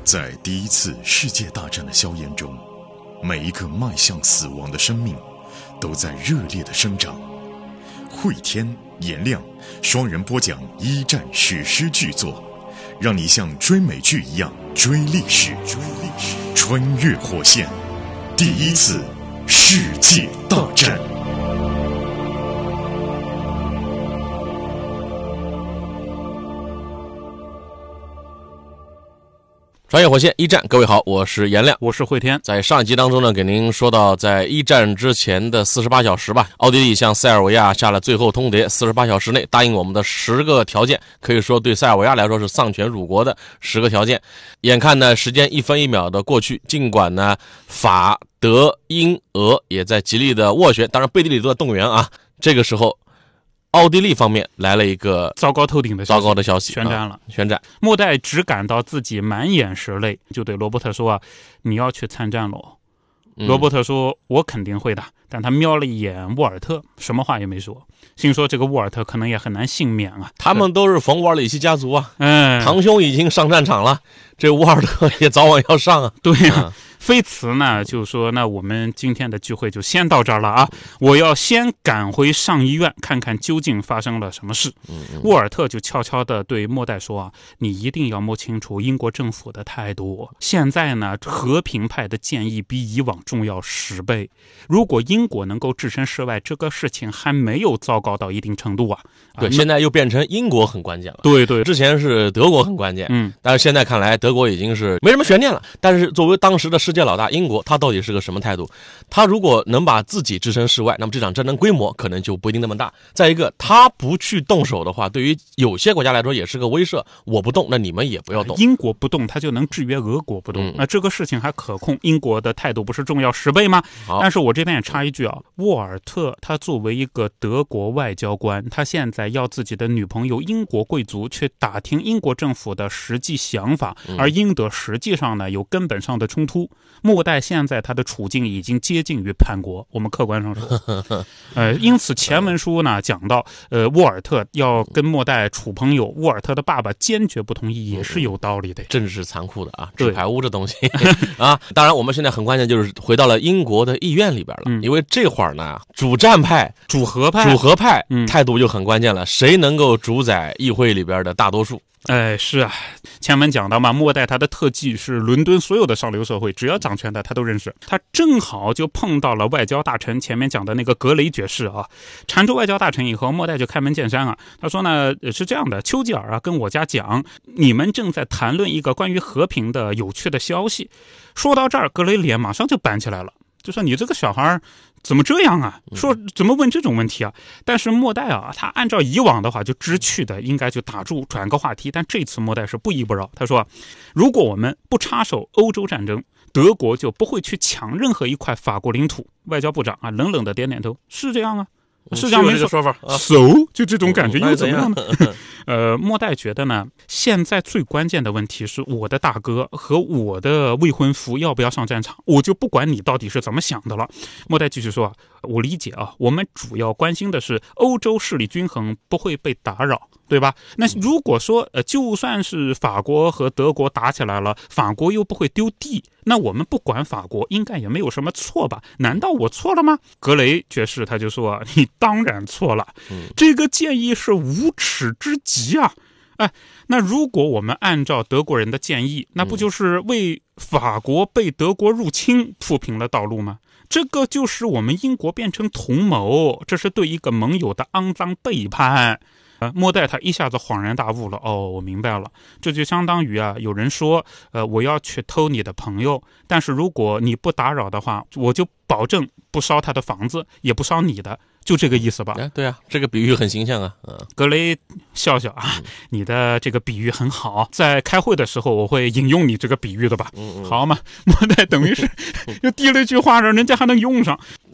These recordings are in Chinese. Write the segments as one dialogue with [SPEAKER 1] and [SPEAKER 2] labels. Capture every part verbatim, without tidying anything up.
[SPEAKER 1] 在第一次世界大战的硝烟中，每一个迈向死亡的生命都在热烈的生长。慧天、颜亮双人播讲一战史诗巨作，让你像追美剧一样追历史，追历史，穿越火线，第一次世界大战。
[SPEAKER 2] 穿越火线一战，各位好，我是颜亮，
[SPEAKER 3] 我是慧天。
[SPEAKER 2] 在上一集当中呢，给您说到，在一战之前的四十八小时吧，奥地利向塞尔维亚下了最后通牒，四十八小时内答应我们的十个条件，可以说对塞尔维亚来说是丧权辱国的十个条件。眼看呢，时间一分一秒的过去，尽管呢，法、德、英、俄也在极力的斡旋，当然背地里都在动员啊。这个时候，奥地利方面来了一个
[SPEAKER 3] 糟糕透顶的消息，
[SPEAKER 2] 糟糕的消息，
[SPEAKER 3] 宣战了、啊。
[SPEAKER 2] 宣战。
[SPEAKER 3] 莫代只感到自己满眼是泪，就对罗伯特说啊：“你要去参战喽。嗯”罗伯特说：“我肯定会的。”但他瞄了一眼沃尔特，什么话也没说，心说这个沃尔特可能也很难幸免啊。
[SPEAKER 2] 他们都是冯·沃尔里希家族啊，
[SPEAKER 3] 嗯，
[SPEAKER 2] 堂兄已经上战场了，这沃尔特也早晚要上啊。
[SPEAKER 3] 对啊。嗯，菲茨呢就说，那我们今天的聚会就先到这儿了啊！我要先赶回上医院看看究竟发生了什么事。沃尔特就悄悄地对莫代说啊，你一定要摸清楚英国政府的态度。现在呢，和平派的建议比以往重要十倍。如果英国能够置身事外，这个事情还没有糟糕到一定程度啊。
[SPEAKER 2] 对，
[SPEAKER 3] 啊
[SPEAKER 2] 现在又变成英国很关键了。
[SPEAKER 3] 对对，
[SPEAKER 2] 之前是德国很关键，
[SPEAKER 3] 嗯，
[SPEAKER 2] 但是现在看来德国已经是没什么悬念了。但是作为当时的世界老大英国，他到底是个什么态度？他如果能把自己置身事外，那么这场战争规模可能就不一定那么大。再一个，他不去动手的话，对于有些国家来说也是个威慑。我不动，那你们也不要动。
[SPEAKER 3] 英国不动，他就能制约俄国不动。嗯、那这个事情还可控，英国的态度不是重要十倍吗？但是我这边也插一句啊，沃尔特他作为一个德国外交官，他现在要自己的女朋友英国贵族去打听英国政府的实际想法，而英德实际上呢有根本上的冲突。莫代现在他的处境已经接近于叛国，我们客观上说，呃，因此前文书呢讲到，呃，沃尔特要跟莫代处朋友，沃尔特的爸爸坚决不同意，也是有道理的。
[SPEAKER 2] 政治是残酷的啊，纸牌屋这东西啊。当然，我们现在很关键就是回到了英国的议院里边了，嗯、因为这会儿呢，主战派、
[SPEAKER 3] 主和派、
[SPEAKER 2] 主和派、
[SPEAKER 3] 嗯、
[SPEAKER 2] 态度就很关键了，谁能够主宰议会里边的大多数？
[SPEAKER 3] 哎，是啊，前面讲到嘛，莫代他的特技是伦敦所有的上流社会，只要掌权的他都认识。他正好就碰到了外交大臣，前面讲的那个格雷爵士啊。缠住外交大臣以后，莫代就开门见山啊，他说呢，是这样的，丘吉尔啊跟我家讲，你们正在谈论一个关于和平的有趣的消息。说到这儿，格雷脸马上就板起来了，就说你这个小孩怎么这样啊？说怎么问这种问题啊？但是莫代啊，他按照以往的话就知趣的应该就打住转个话题，但这次莫代是不依不饶。他说，如果我们不插手欧洲战争，德国就不会去抢任何一块法国领土。外交部长啊冷冷的点点头，是这样啊。是这样没错，
[SPEAKER 2] 说法啊，
[SPEAKER 3] so 就这种感觉又怎么样呢？呃，莫代觉得呢，现在最关键的问题是我的大哥和我的未婚夫要不要上战场，我就不管你到底是怎么想的了。莫代继续说，我理解啊，我们主要关心的是欧洲势力均衡不会被打扰，对吧？那如果说呃，就算是法国和德国打起来了，法国又不会丢地，那我们不管法国应该也没有什么错吧？难道我错了吗？格雷爵士他就说，你当然错了，这个建议是无耻之极啊！哎，那如果我们按照德国人的建议，那不就是为法国被德国入侵铺平了道路吗？这个就使我们英国变成同谋，这是对一个盟友的肮脏背叛。呃，莫代他一下子恍然大悟了，哦，我明白了，这就相当于啊，有人说，呃，我要去偷你的朋友，但是如果你不打扰的话，我就保证不烧他的房子，也不烧你的，就这个意思吧？
[SPEAKER 2] 哎，对啊，这个比喻很形象啊。嗯、
[SPEAKER 3] 格雷笑笑啊，你的这个比喻很好，在开会的时候我会引用你这个比喻的吧？嗯嗯好嘛，莫代等于是又递了一句话，让人家还能用上。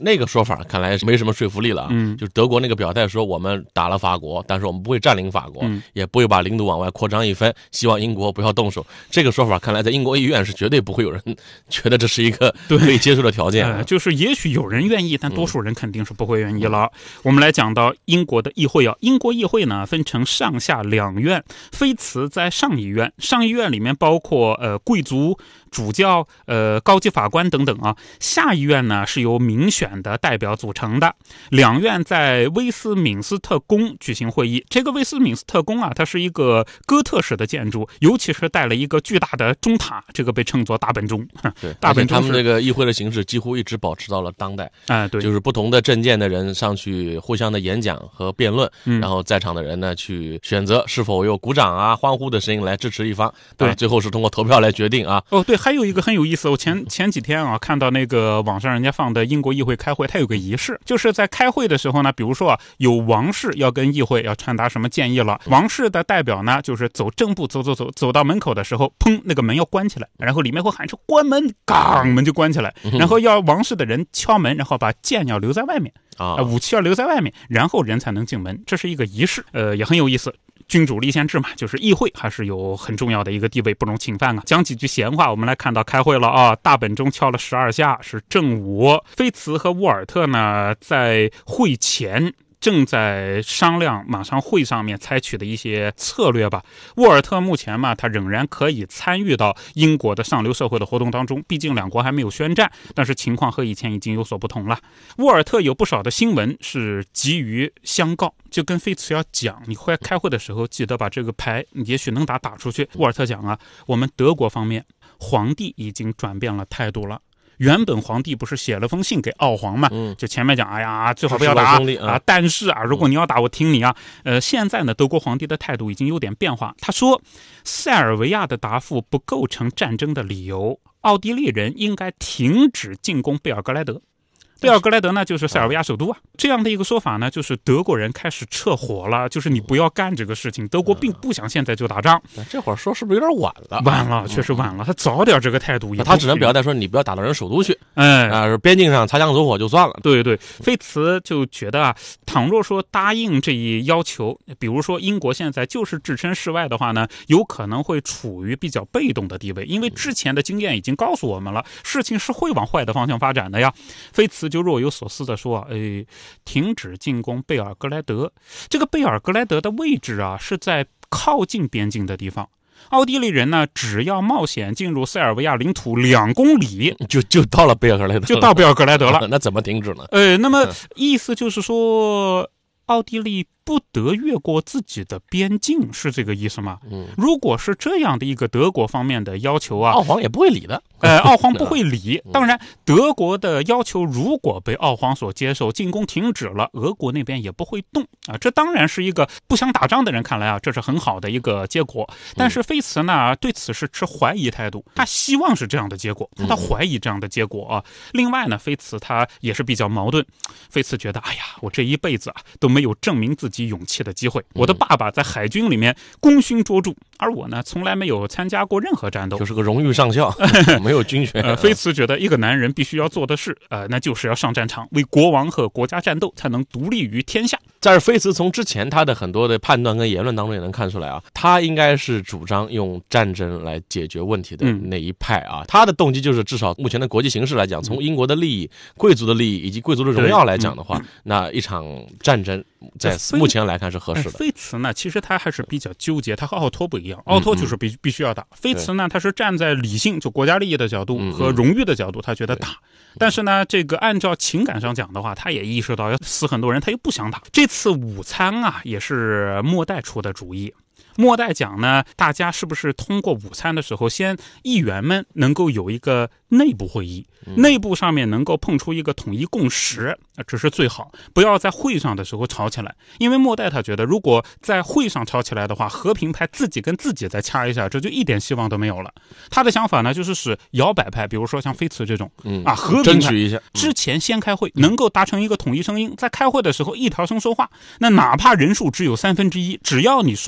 [SPEAKER 2] 那个说法看来是没什么说服力了啊。
[SPEAKER 3] 嗯，
[SPEAKER 2] 就是德国那个表态说我们打了法国，但是我们不会占领法国，
[SPEAKER 3] 嗯、
[SPEAKER 2] 也不会把领土往外扩张一分，希望英国不要动手。这个说法看来在英国议院是绝对不会有人觉得这是一个可以接受的条件、啊
[SPEAKER 3] 呃。就是也许有人愿意，但多数人肯定是不会愿意了。嗯、我们来讲到英国的议会啊，英国议会呢分成上下两院，菲茨在上议院，上议院里面包括呃贵族、主教、呃高级法官等等啊。下议院呢是由民选的代表组成的。两院在威斯敏斯特宫举行会议。这个威斯敏斯特宫啊，它是一个哥特式的建筑，尤其是带了一个巨大的钟塔，这个被称作大本钟。
[SPEAKER 2] 对，
[SPEAKER 3] 大本钟
[SPEAKER 2] 他们这个议会的形式几乎一直保持到了当代。
[SPEAKER 3] 啊，对，
[SPEAKER 2] 就是不同的政见的人上去互相的演讲和辩论，
[SPEAKER 3] 嗯、
[SPEAKER 2] 然后在场的人呢去选择是否有鼓掌啊、欢呼的声音来支持一方。
[SPEAKER 3] 对，
[SPEAKER 2] 最后是通过投票来决定啊。
[SPEAKER 3] 哦，对，还有一个很有意思，我前前几天啊看到那个网上人家放的英国议会开会，它有个仪式，就是在开会的时候呢，比如说啊，有王室要跟议会要传达什么建议了，王室的代表呢，就是走正步走走走走到门口的时候，砰，那个门要关起来，然后里面会喊出关门，刚门就关起来，然后要王室的人敲门，然后把剑要留在外面啊、呃，武器要留在外面，然后人才能进门，这是一个仪式，呃，也很有意思。君主立宪制嘛，就是议会还是有很重要的一个地位，不容侵犯啊。讲几句闲话，我们来看到开会了啊，大本钟敲了十二下，是正午。菲茨和沃尔特呢，在会前正在商量马上会上面采取的一些策略吧。沃尔特目前嘛，他仍然可以参与到英国的上流社会的活动当中，毕竟两国还没有宣战，但是情况和以前已经有所不同了。沃尔特有不少的新闻是急于相告，就跟菲茨要讲，你会开会的时候记得把这个牌也许能打打出去。沃尔特讲啊，我们德国方面皇帝已经转变了态度了。原本皇帝不是写了封信给奥皇嘛，
[SPEAKER 2] 嗯、
[SPEAKER 3] 就前面讲，哎呀，最好不要打啊，但是啊，如果你要打，我听你啊。呃，现在呢，德国皇帝的态度已经有点变化。他说，塞尔维亚的答复不构成战争的理由，奥地利人应该停止进攻贝尔格莱德。贝尔格莱德呢，就是塞尔维亚首都啊。这样的一个说法呢，就是德国人开始撤火了，就是你不要干这个事情。德国并不想现在就打仗。
[SPEAKER 2] 嗯、这会儿说是不是有点晚了？
[SPEAKER 3] 晚了，确实晚了。他早点这个态度也，
[SPEAKER 2] 他只能表态说你不要打到人首都去，
[SPEAKER 3] 哎
[SPEAKER 2] 啊，边境上擦枪走火就算了。
[SPEAKER 3] 对对，菲茨就觉得啊，倘若说答应这一要求，比如说英国现在就是置身事外的话呢，有可能会处于比较被动的地位，因为之前的经验已经告诉我们了，事情是会往坏的方向发展的呀。菲茨就若有所思的说，哎，停止进攻贝尔格莱德。这个贝尔格莱德的位置啊，是在靠近边境的地方。奥地利人呢，只要冒险进入塞尔维亚领土两公里，
[SPEAKER 2] 就就到了贝尔格莱德，
[SPEAKER 3] 就到贝尔格莱德了。
[SPEAKER 2] 那怎么停止呢？
[SPEAKER 3] 呃，那么意思就是说，奥地利不得越过自己的边境，是这个意思吗？
[SPEAKER 2] 嗯，
[SPEAKER 3] 如果是这样的一个德国方面的要求啊，
[SPEAKER 2] 奥皇也不会理的。
[SPEAKER 3] 呃，奥皇不会理。当然，德国的要求如果被奥皇所接受，进攻停止了，俄国那边也不会动啊。这当然是一个不想打仗的人看来啊，这是很好的一个结果。但是菲茨呢，对此是持怀疑态度，他希望是这样的结果，他怀疑这样的结果啊。另外呢，菲茨他也是比较矛盾。菲茨觉得，哎呀，我这一辈子啊都没有证明自己勇气的机会。我的爸爸在海军里面功勋卓著，而我呢，从来没有参加过任何战斗，
[SPEAKER 2] 就是个荣誉上校。没有军权。
[SPEAKER 3] 呃，菲茨觉得一个男人必须要做的事，呃，那就是要上战场，为国王和国家战斗，才能独立于天下。
[SPEAKER 2] 但是菲茨从之前他的很多的判断跟言论当中也能看出来啊，他应该是主张用战争来解决问题的那一派啊。嗯、他的动机就是至少目前的国际形势来讲，从英国的利益、贵族的利益以及贵族的荣耀来讲的话，嗯、那一场战争在目前来看是合适的。
[SPEAKER 3] 菲茨呢，其实他还是比较纠结，他和奥托不一样，奥托就是必必须要打，菲茨呢，他是站在理性就国家利益的角度和荣誉的角度，他觉得打。但是呢，这个按照情感上讲的话，他也意识到要死很多人，他又不想打。这次午餐啊，也是末代出的主意。末代讲呢，大家是不是通过午餐的时候，先议员们能够有一个内部会议，内部上面能够碰出一个统一共识，这是最好，不要在会上的时候吵起来。因为末代他觉得，如果在会上吵起来的话，和平派自己跟自己再掐一下，这就一点希望都没有了。他的想法呢，就是使摇摆派，比如说像菲茨这种，
[SPEAKER 2] 嗯
[SPEAKER 3] 啊，和平派
[SPEAKER 2] 争取一下，
[SPEAKER 3] 之前先开会，能够达成一个统一声音，在开会的时候一条声说话，那哪怕人数只有三分之一，只要你说的话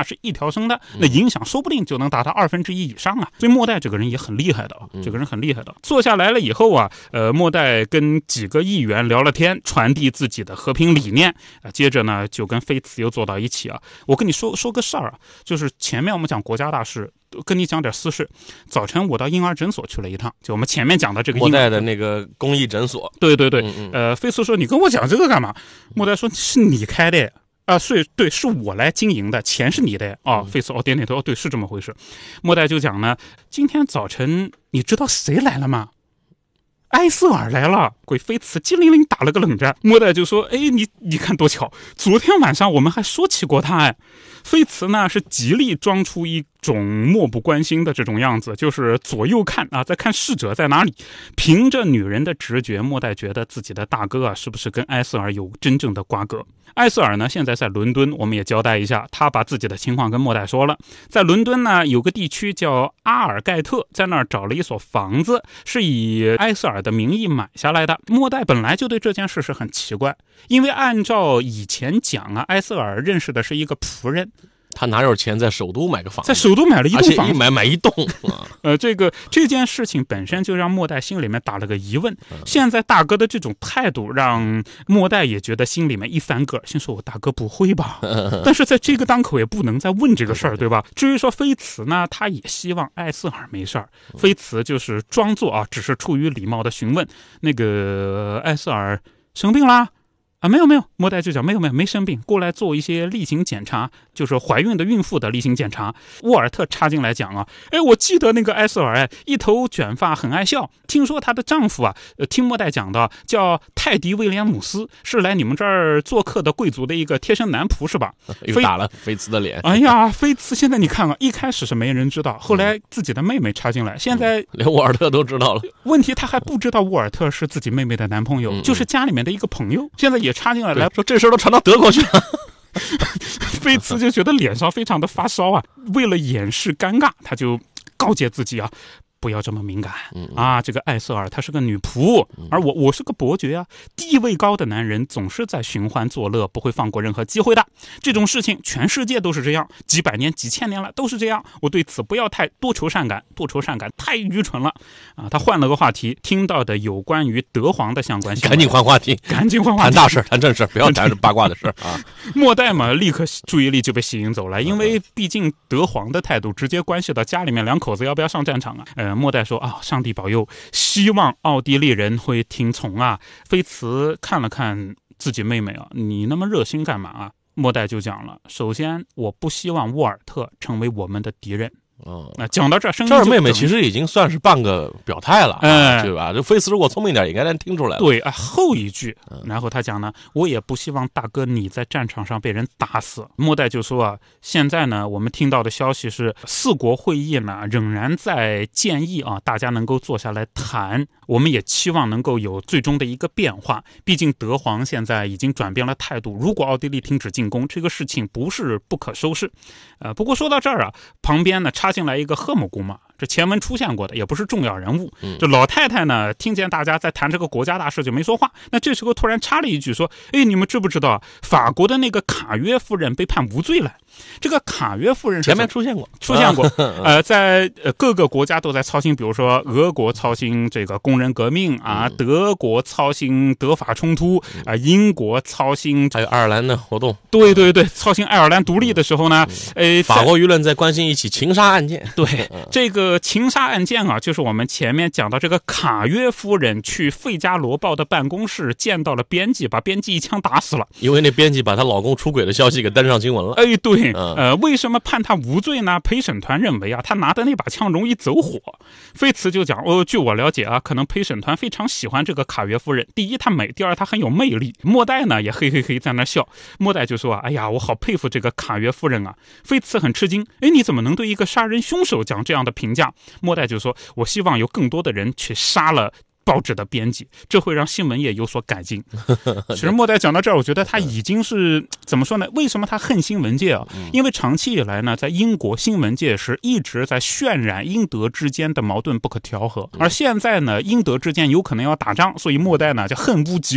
[SPEAKER 3] 是一条生的，那影响说不定就能达到二分之一以上啊。所以末代这个人也很厉害的，这个人很厉害的。坐下来了以后啊，呃，末代跟几个议员聊了天，传递自己的和平理念啊。接着呢，就跟菲茨又坐到一起啊。我跟你说说个事儿啊，就是前面我们讲国家大事，跟你讲点私事。早晨我到婴儿诊所去了一趟，就我们前面讲的这个
[SPEAKER 2] 末代的那个公益诊所。
[SPEAKER 3] 对对对，
[SPEAKER 2] 嗯嗯
[SPEAKER 3] 呃，菲茨说你跟我讲这个干嘛？末代说是你开的。啊，是对，是我来经营的，钱是你的啊。菲茨哦，点点头，哦，对，是这么回事。末代就讲呢，今天早晨你知道谁来了吗？埃瑟尔来了。鬼菲茨机灵灵打了个冷战。末代就说：“哎，你你看多巧，昨天晚上我们还说起过他哎。”菲茨呢是极力装出一种漠不关心的这种样子，就是左右看啊，在看逝者在哪里。凭着女人的直觉，末代觉得自己的大哥啊是不是跟埃瑟尔有真正的瓜葛。埃瑟尔呢现在在伦敦，我们也交代一下，他把自己的情况跟末代说了。在伦敦呢有个地区叫阿尔盖特，在那儿找了一所房子，是以埃瑟尔的名义买下来的。末代本来就对这件事是很奇怪，因为按照以前讲啊，埃瑟尔认识的是一个仆人，
[SPEAKER 2] 他哪有钱在首都买个房子？
[SPEAKER 3] 在首都买了一栋房子，
[SPEAKER 2] 而且一买买一栋。
[SPEAKER 3] 呃，这个这件事情本身就让末代心里面打了个疑问。现在大哥的这种态度，让末代也觉得心里面一翻个，心说我大哥不会吧？但是在这个当口也不能再问这个事儿，对吧？至于说菲茨呢，他也希望埃瑟尔没事儿。菲茨就是装作啊，只是出于礼貌的询问，那个埃瑟尔生病啦？啊，没有没有，末代就讲没有没有没生病，过来做一些例行检查，就是怀孕的孕妇的例行检查。沃尔特插进来讲啊，哎，我记得那个埃瑟尔哎，一头卷发，很爱笑。听说她的丈夫啊，呃，听末代讲的叫泰迪威廉姆斯，是来你们这儿做客的贵族的一个贴身男仆是吧？
[SPEAKER 2] 又打了菲茨的脸。
[SPEAKER 3] 哎呀，菲茨现在你看啊，一开始是没人知道，后来自己的妹妹插进来，现在、嗯、
[SPEAKER 2] 连沃尔特都知道了。
[SPEAKER 3] 问题他还不知道沃尔特是自己妹妹的男朋友，嗯嗯就是家里面的一个朋友，现在也插进来来
[SPEAKER 2] 说这事都传到德国去了。
[SPEAKER 3] 菲茨就觉得脸上非常的发烧啊，为了掩饰尴尬，他就告诫自己啊，不要这么敏感啊！这个艾瑟尔她是个女仆，而我我是个伯爵啊。地位高的男人总是在寻欢作乐，不会放过任何机会的。这种事情全世界都是这样，几百年、几千年来都是这样。我对此不要太多愁善感，多愁善感太愚蠢了啊！他换了个话题，听到的有关于德皇的相关新闻，
[SPEAKER 2] 赶紧换话题，
[SPEAKER 3] 赶紧换话题，
[SPEAKER 2] 谈大事，谈正事，不要谈八卦的事啊！
[SPEAKER 3] 末代嘛，立刻注意力就被吸引走了，因为毕竟德皇的态度直接关系到家里面两口子要不要上战场啊。呃，末代说啊，上帝保佑，希望奥地利人会听从啊。菲茨看了看自己妹妹啊，你那么热心干嘛啊？末代就讲了，首先我不希望沃尔特成为我们的敌人。哦，那讲到这，
[SPEAKER 2] 这儿妹妹其实已经算是半个表态了，哎，对吧？这菲茨如果聪明点，也应该能听出来了。
[SPEAKER 3] 对啊，后一句，然后他讲呢，我也不希望大哥你在战场上被人打死。末代就说啊，现在呢，我们听到的消息是，四国会议呢仍然在建议啊，大家能够坐下来谈。我们也期望能够有最终的一个变化。毕竟德皇现在已经转变了态度，如果奥地利停止进攻，这个事情不是不可收拾。呃，不过说到这儿啊，旁边呢插进来一个赫姆姑妈，这前文出现过的，也不是重要人物。这老太太呢，听见大家在谈这个国家大事就没说话。那这时候突然插了一句说：“哎，你们知不知道法国的那个卡约夫人被判无罪了？”这个卡约夫人
[SPEAKER 2] 前面出现过，
[SPEAKER 3] 出现过。呃，在呃各个国家都在操心，比如说俄国操心这个工人革命啊，德国操心德法冲突啊，英国操心
[SPEAKER 2] 还有爱尔兰的活动。
[SPEAKER 3] 对对对，操心爱尔兰独立的时候呢，呃，
[SPEAKER 2] 法国舆论在关心一起情杀案件。
[SPEAKER 3] 对，这个情杀案件啊，就是我们前面讲到这个卡约夫人去《费加罗报》的办公室见到了编辑，把编辑一枪打死了，
[SPEAKER 2] 因为那编辑把她老公出轨的消息给登上新闻了。
[SPEAKER 3] 哎，对。呃，为什么判他无罪呢？陪审团认为啊，他拿的那把枪容易走火。菲茨就讲，哦，据我了解啊，可能陪审团非常喜欢这个卡约夫人。第一，她美；第二，她很有魅力。末代呢也嘿嘿嘿在那笑。末代就说啊，哎呀，我好佩服这个卡约夫人啊。菲茨很吃惊，哎，你怎么能对一个杀人凶手讲这样的评价？末代就说，我希望有更多的人去杀了报纸的编辑，这会让新闻业有所改进。其实末代讲到这儿，我觉得他已经是怎么说呢？为什么他恨新闻界啊？因为长期以来呢，在英国新闻界是一直在渲染英德之间的矛盾不可调和，而现在呢，英德之间有可能要打仗，所以末代呢就恨乌及乌。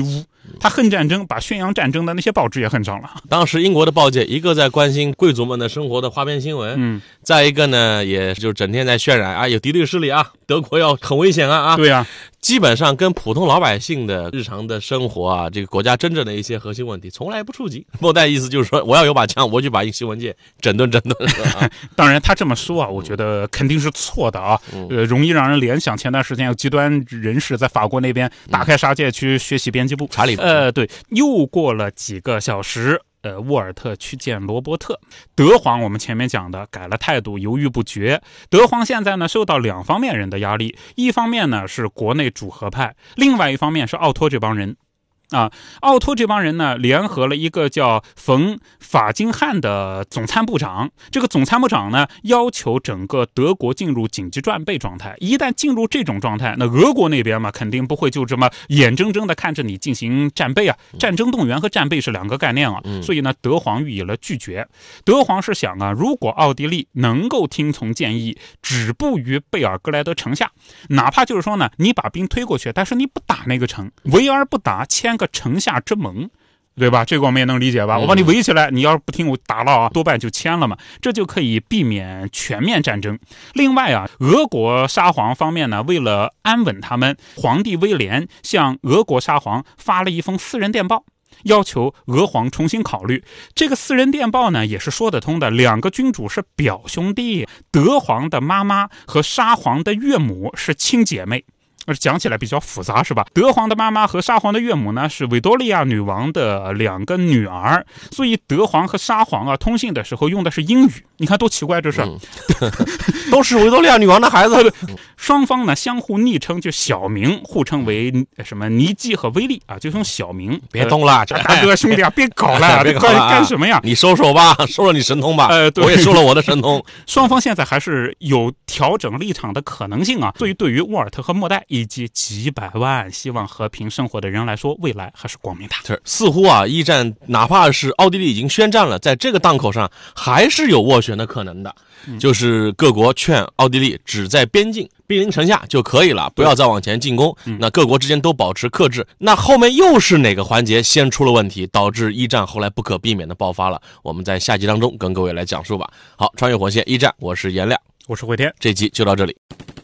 [SPEAKER 3] 他恨战争，把宣扬战争的那些报纸也恨上了。
[SPEAKER 2] 当时英国的报界，一个在关心贵族们的生活的花边新闻，嗯，再一个呢，也就整天在渲染啊，有敌对势力啊，德国要很危险啊啊，
[SPEAKER 3] 对呀、啊。
[SPEAKER 2] 基本上跟普通老百姓的日常的生活啊，这个国家真正的一些核心问题，从来不触及。莫代意思就是说，我要有把枪，我就把新闻界整顿整顿。啊、
[SPEAKER 3] 当然，他这么说啊，我觉得肯定是错的啊，嗯、呃，容易让人联想前段时间有极端人士在法国那边打开杀戒去学习编辑部。
[SPEAKER 2] 查理，
[SPEAKER 3] 呃，对，又过了几个小时。呃，沃尔特去见罗伯特，德皇我们前面讲的改了态度，犹豫不决。德皇现在呢受到两方面人的压力，一方面呢是国内主和派，另外一方面是奥托这帮人。啊，奥托这帮人呢，联合了一个叫冯法金汉的总参谋长。这个总参谋长呢，要求整个德国进入紧急战备状态。一旦进入这种状态，那俄国那边嘛，肯定不会就这么眼睁睁的看着你进行战备啊。战争动员和战备是两个概念啊。所以呢，德皇予以了拒绝。德皇是想啊，如果奥地利能够听从建议，止步于贝尔格莱德城下，哪怕就是说呢，你把兵推过去，但是你不打那个城，围而不打，签个城下之盟，对吧？这个我们也能理解吧？我把你围起来，你要是不听我打了啊，多半就签了嘛，这就可以避免全面战争。另外啊，俄国沙皇方面呢，为了安稳他们，皇帝威廉向俄国沙皇发了一封私人电报，要求俄皇重新考虑。这个私人电报呢，也是说得通的。两个君主是表兄弟，德皇的妈妈和沙皇的岳母是亲姐妹。讲起来比较复杂是吧？德皇的妈妈和沙皇的岳母呢是维多利亚女王的两个女儿，所以德皇和沙皇啊通信的时候用的是英语。你看多奇怪这事、嗯、
[SPEAKER 2] 都是维多利亚女王的孩子。
[SPEAKER 3] 双方呢相互昵称，就小名互称为什么尼基和威利啊，就用小名。
[SPEAKER 2] 别动了，
[SPEAKER 3] 呃、大哥兄弟啊，别搞了，
[SPEAKER 2] 别搞了、啊、
[SPEAKER 3] 干什么呀？
[SPEAKER 2] 你收收吧，收了你神通吧。呃，我也收了我的神通。
[SPEAKER 3] 双方现在还是有调整立场的可能性啊。所以对于沃尔特和莫代以及几百万希望和平生活的人来说，未来还是光明的。
[SPEAKER 2] 是，似乎啊，一战哪怕是奥地利已经宣战了，在这个档口上还是有斡旋的可能的。嗯、就是各国劝奥地利只在边境兵临城下就可以了，不要再往前进攻。嗯、那各国之间都保持克制。那后面又是哪个环节先出了问题，导致一战后来不可避免的爆发了？我们在下集当中跟各位来讲述吧。好，穿越火线一战，我是颜亮，
[SPEAKER 3] 我是慧天，
[SPEAKER 2] 这集就到这里。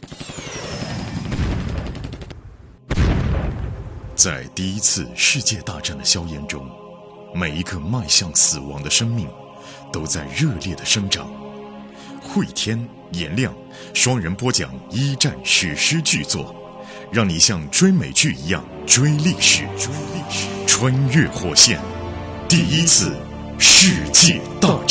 [SPEAKER 1] 在第一次世界大战的硝烟中，每一个迈向死亡的生命都在热烈的生长。慧天、颜亮双人播讲一战史诗巨作，让你像追美剧一样追历史。追历史，穿越火线，第一次世界大战。